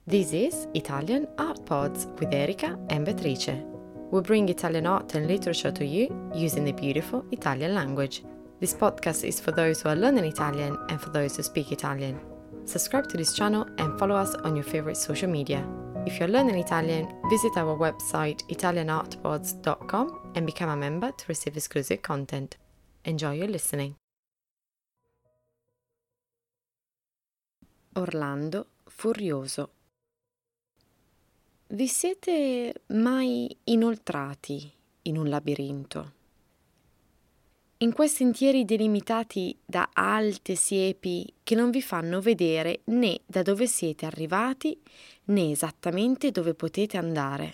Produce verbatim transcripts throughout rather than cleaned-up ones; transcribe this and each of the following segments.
This is Italian Art Pods with Erika and Beatrice. We bring Italian art and literature to you using the beautiful Italian language. This podcast is for those who are learning Italian and for those who speak Italian. Subscribe to this channel and follow us on your favorite social media. If you're learning Italian, visit our website italian art pods dot com and become a member to receive exclusive content. Enjoy your listening. Orlando Furioso. Vi siete mai inoltrati in un labirinto? In quei sentieri delimitati da alte siepi che non vi fanno vedere né da dove siete arrivati né esattamente dove potete andare.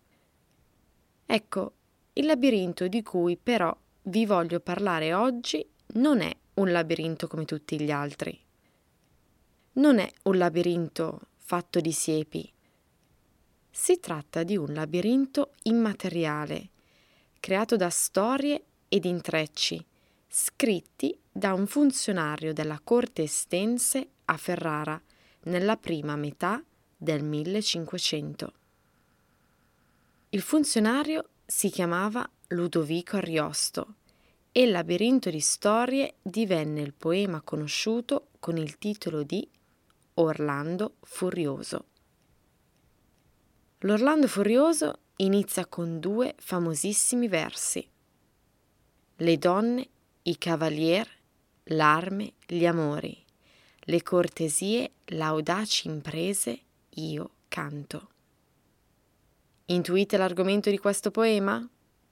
Ecco, il labirinto di cui però vi voglio parlare oggi non è un labirinto come tutti gli altri. Non è un labirinto fatto di siepi. Si tratta di un labirinto immateriale, creato da storie ed intrecci, scritti da un funzionario della corte estense a Ferrara nella prima metà del millecinquecento. Il funzionario si chiamava Ludovico Ariosto e il labirinto di storie divenne il poema conosciuto con il titolo di Orlando Furioso. L'Orlando Furioso inizia con due famosissimi versi. Le donne, i cavalier, l'arme, gli amori, le cortesie, l'audaci imprese, io canto. Intuite l'argomento di questo poema?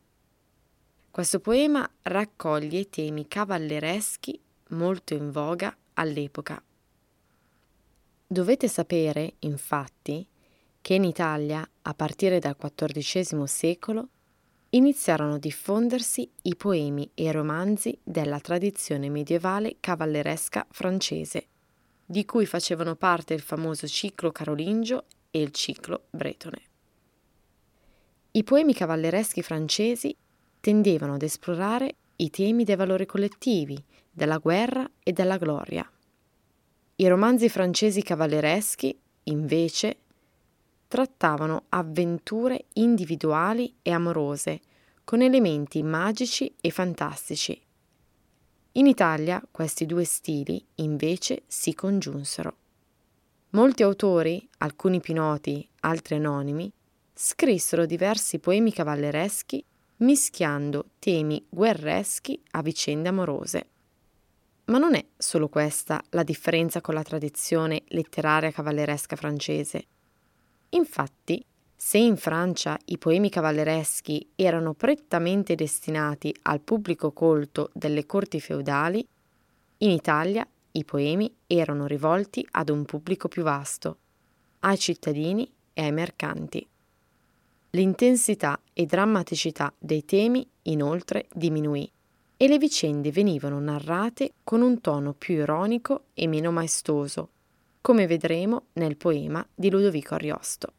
Questo poema raccoglie temi cavallereschi molto in voga all'epoca. Dovete sapere, infatti, che in Italia, a partire dal quattordicesimo secolo, iniziarono a diffondersi i poemi e romanzi della tradizione medievale cavalleresca francese, di cui facevano parte il famoso ciclo carolingio e il ciclo bretone. I poemi cavallereschi francesi tendevano ad esplorare i temi dei valori collettivi, della guerra e della gloria. I romanzi francesi cavallereschi, invece, trattavano avventure individuali e amorose, con elementi magici e fantastici. In Italia questi due stili, invece, si congiunsero. Molti autori, alcuni più noti, altri anonimi, scrissero diversi poemi cavallereschi mischiando temi guerreschi a vicende amorose. Ma non è solo questa la differenza con la tradizione letteraria cavalleresca francese. Infatti, se in Francia i poemi cavallereschi erano prettamente destinati al pubblico colto delle corti feudali, in Italia i poemi erano rivolti ad un pubblico più vasto, ai cittadini e ai mercanti. L'intensità e drammaticità dei temi, inoltre, diminuì e le vicende venivano narrate con un tono più ironico e meno maestoso, come vedremo nel poema di Ludovico Ariosto.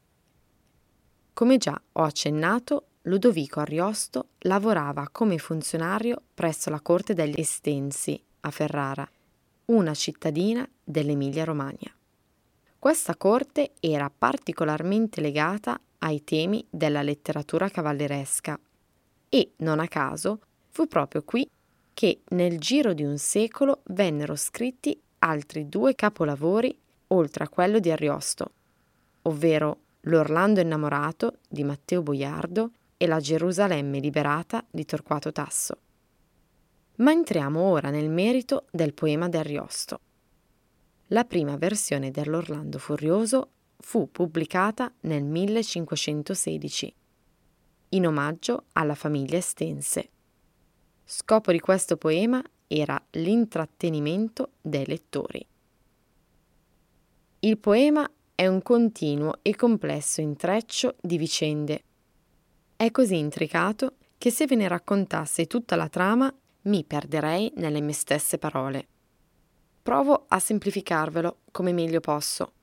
Come già ho accennato, Ludovico Ariosto lavorava come funzionario presso la corte degli Estensi a Ferrara, una cittadina dell'Emilia-Romagna. Questa corte era particolarmente legata ai temi della letteratura cavalleresca e, non a caso, fu proprio qui che nel giro di un secolo vennero scritti altri due capolavori oltre a quello di Ariosto, ovvero L'Orlando innamorato di Matteo Boiardo e La Gerusalemme liberata di Torquato Tasso. Ma entriamo ora nel merito del poema di Ariosto. La prima versione dell'Orlando Furioso fu pubblicata nel millecinquecentosedici, in omaggio alla famiglia Estense. Scopo di questo poema era l'intrattenimento dei lettori. Il poema è un continuo e complesso intreccio di vicende. È così intricato che se ve ne raccontassi tutta la trama mi perderei nelle mie stesse parole. Provo a semplificarvelo come meglio posso.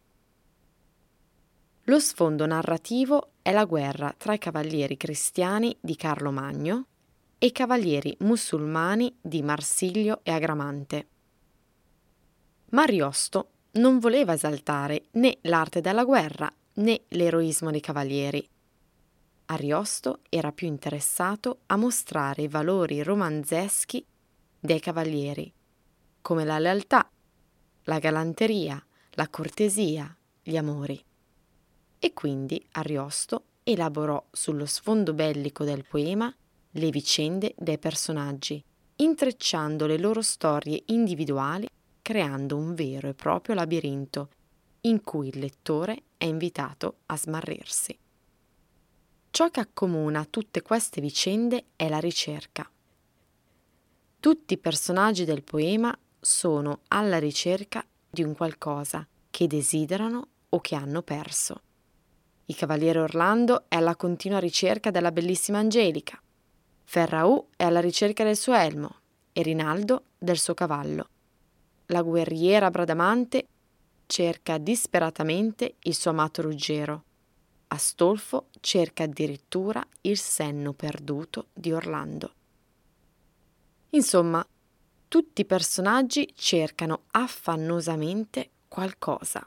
Lo sfondo narrativo è la guerra tra i cavalieri cristiani di Carlo Magno e i cavalieri musulmani di Marsilio e Agramante. Ma Ariosto non voleva esaltare né l'arte della guerra né l'eroismo dei cavalieri. Ariosto era più interessato a mostrare i valori romanzeschi dei cavalieri, come la lealtà, la galanteria, la cortesia, gli amori. E quindi Ariosto elaborò sullo sfondo bellico del poema le vicende dei personaggi, intrecciando le loro storie individuali, creando un vero e proprio labirinto in cui il lettore è invitato a smarrirsi. Ciò che accomuna tutte queste vicende è la ricerca. Tutti i personaggi del poema sono alla ricerca di un qualcosa che desiderano o che hanno perso. Il cavaliere Orlando è alla continua ricerca della bellissima Angelica. Ferraù è alla ricerca del suo elmo e Rinaldo del suo cavallo. La guerriera Bradamante cerca disperatamente il suo amato Ruggero. Astolfo cerca addirittura il senno perduto di Orlando. Insomma, tutti i personaggi cercano affannosamente qualcosa.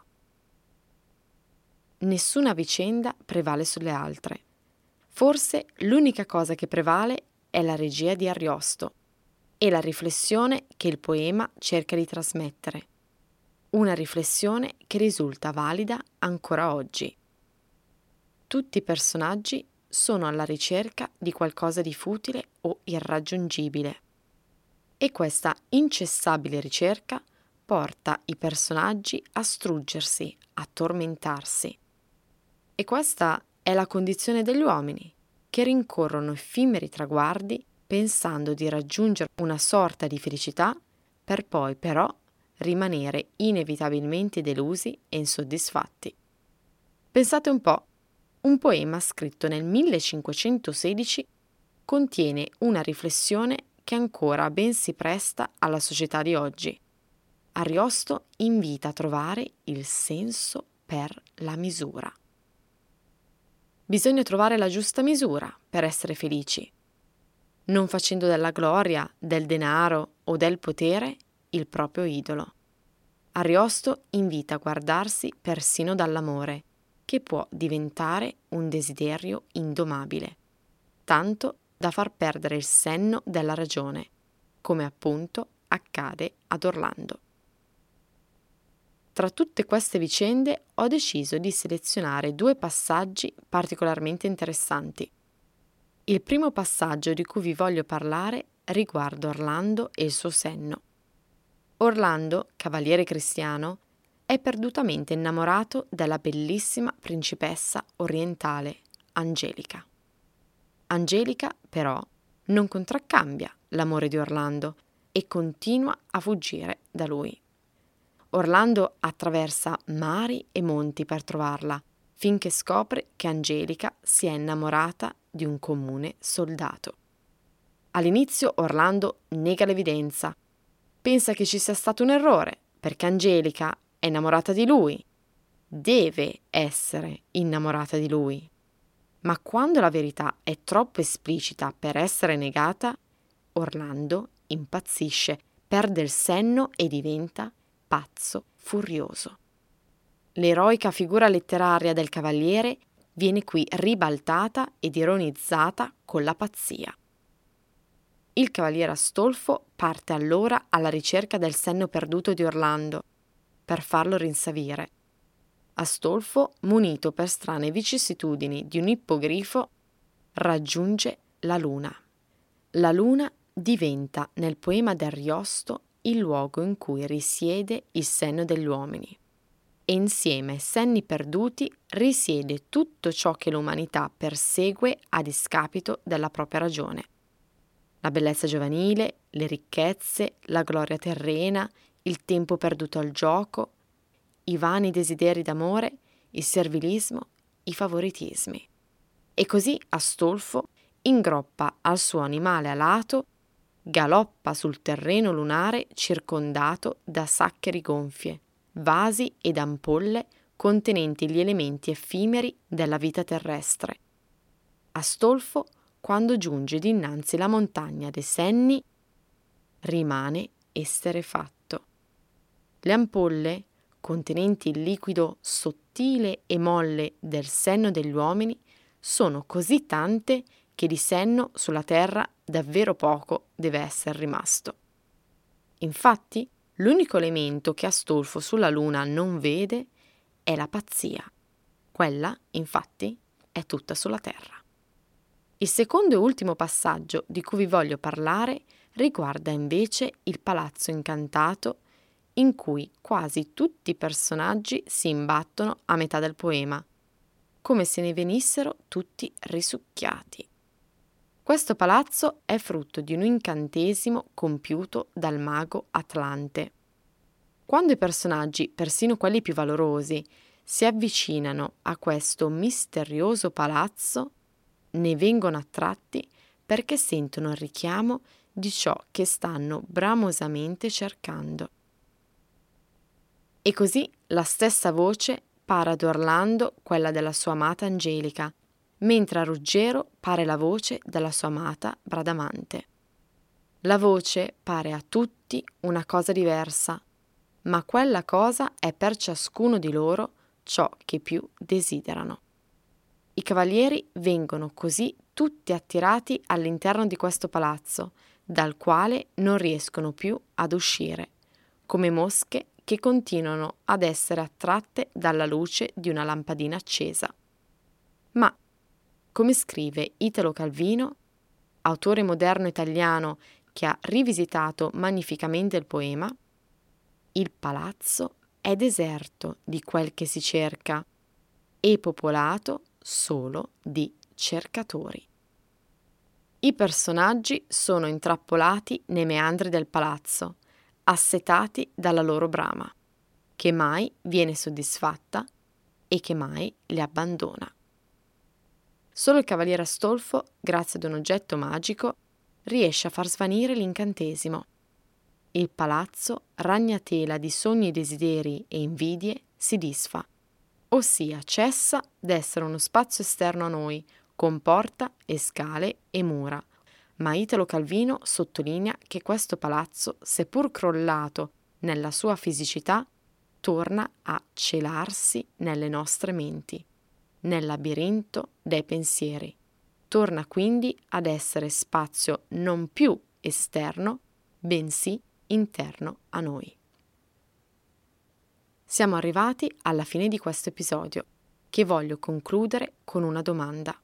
Nessuna vicenda prevale sulle altre. Forse l'unica cosa che prevale è la regia di Ariosto e la riflessione che il poema cerca di trasmettere. Una riflessione che risulta valida ancora oggi. Tutti i personaggi sono alla ricerca di qualcosa di futile o irraggiungibile. E questa incessabile ricerca porta i personaggi a struggersi, a tormentarsi. E questa è la condizione degli uomini, che rincorrono effimeri traguardi pensando di raggiungere una sorta di felicità per poi però rimanere inevitabilmente delusi e insoddisfatti. Pensate un po', un poema scritto nel millecinquecentosedici contiene una riflessione che ancora ben si presta alla società di oggi. Ariosto invita a trovare il senso per la misura. Bisogna trovare la giusta misura per essere felici, non facendo della gloria, del denaro o del potere il proprio idolo. Ariosto invita a guardarsi persino dall'amore, che può diventare un desiderio indomabile, tanto da far perdere il senno della ragione, come appunto accade ad Orlando. Tra tutte queste vicende ho deciso di selezionare due passaggi particolarmente interessanti. Il primo passaggio di cui vi voglio parlare riguarda Orlando e il suo senno. Orlando, cavaliere cristiano, è perdutamente innamorato della bellissima principessa orientale, Angelica. Angelica, però, non contraccambia l'amore di Orlando e continua a fuggire da lui. Orlando attraversa mari e monti per trovarla, finché scopre che Angelica si è innamorata di un comune soldato. All'inizio Orlando nega l'evidenza, pensa che ci sia stato un errore, perché Angelica è innamorata di lui, deve essere innamorata di lui. Ma quando la verità è troppo esplicita per essere negata, Orlando impazzisce, perde il senno e diventa pazzo furioso. L'eroica figura letteraria del cavaliere viene qui ribaltata ed ironizzata con la pazzia. Il cavaliere Astolfo parte allora alla ricerca del senno perduto di Orlando per farlo rinsavire. Astolfo, munito per strane vicissitudini di un ippogrifo, raggiunge la luna. La luna diventa nel poema d'Ariosto il luogo in cui risiede il senno degli uomini. E insieme ai senni perduti risiede tutto ciò che l'umanità persegue a discapito della propria ragione. La bellezza giovanile, le ricchezze, la gloria terrena, il tempo perduto al gioco, i vani desideri d'amore, il servilismo, i favoritismi. E così Astolfo ingroppa al suo animale alato, galoppa sul terreno lunare circondato da sacche rigonfie, vasi ed ampolle contenenti gli elementi effimeri della vita terrestre. Astolfo, quando giunge dinanzi la montagna dei senni, rimane esterrefatto. Le ampolle contenenti il liquido sottile e molle del senno degli uomini, sono così tante che di senno sulla terra davvero poco deve essere rimasto. Infatti, l'unico elemento che Astolfo sulla Luna non vede è la pazzia. Quella, infatti, è tutta sulla Terra. Il secondo e ultimo passaggio di cui vi voglio parlare riguarda invece il palazzo incantato in cui quasi tutti i personaggi si imbattono a metà del poema, come se ne venissero tutti risucchiati. Questo palazzo è frutto di un incantesimo compiuto dal mago Atlante. Quando i personaggi, persino quelli più valorosi, si avvicinano a questo misterioso palazzo, ne vengono attratti perché sentono il richiamo di ciò che stanno bramosamente cercando. E così la stessa voce pare ad Orlando quella della sua amata Angelica, mentre a Ruggero pare la voce della sua amata Bradamante. La voce pare a tutti una cosa diversa, ma quella cosa è per ciascuno di loro ciò che più desiderano. I cavalieri vengono così tutti attirati all'interno di questo palazzo, dal quale non riescono più ad uscire, come mosche che continuano ad essere attratte dalla luce di una lampadina accesa. Ma, come scrive Italo Calvino, autore moderno italiano che ha rivisitato magnificamente il poema, il palazzo è deserto di quel che si cerca e popolato solo di cercatori. I personaggi sono intrappolati nei meandri del palazzo, assetati dalla loro brama, che mai viene soddisfatta e che mai li abbandona. Solo il cavaliere Astolfo, grazie ad un oggetto magico, riesce a far svanire l'incantesimo. Il palazzo, ragnatela di sogni, desideri e invidie, si disfa, ossia cessa d'essere uno spazio esterno a noi, con porta e scale e mura. Ma Italo Calvino sottolinea che questo palazzo, seppur crollato nella sua fisicità, torna a celarsi nelle nostre menti, nel labirinto dei pensieri. Torna quindi ad essere spazio non più esterno, bensì interno a noi. Siamo arrivati alla fine di questo episodio, che voglio concludere con una domanda.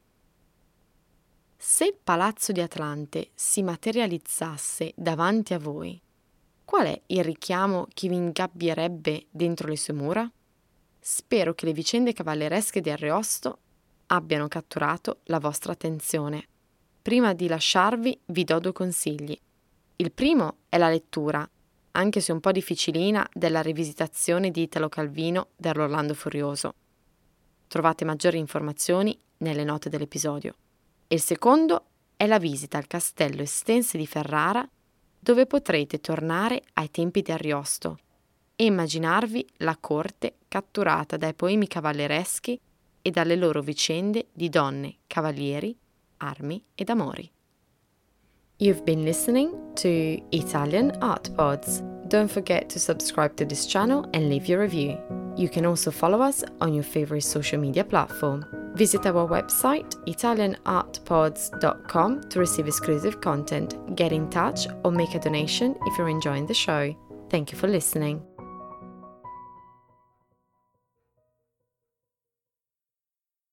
Se il palazzo di Atlante si materializzasse davanti a voi, qual è il richiamo che vi ingabbierebbe dentro le sue mura? Spero che le vicende cavalleresche di Ariosto abbiano catturato la vostra attenzione. Prima di lasciarvi vi do due consigli. Il primo è la lettura, anche se un po' difficilina, della rivisitazione di Italo Calvino dell'Orlando Furioso. Trovate maggiori informazioni nelle note dell'episodio. E il secondo è la visita al castello Estense di Ferrara, dove potrete tornare ai tempi di Ariosto e immaginarvi la corte catturata dai poemi cavallereschi e dalle loro vicende di donne, cavalieri, armi ed amori. You've been listening to Italian Art Pods. Don't forget to subscribe to this channel and leave your review. You can also follow us on your favorite social media platform. Visit our website italian art pods dot com to receive exclusive content, get in touch or make a donation if you're enjoying the show. Thank you for listening.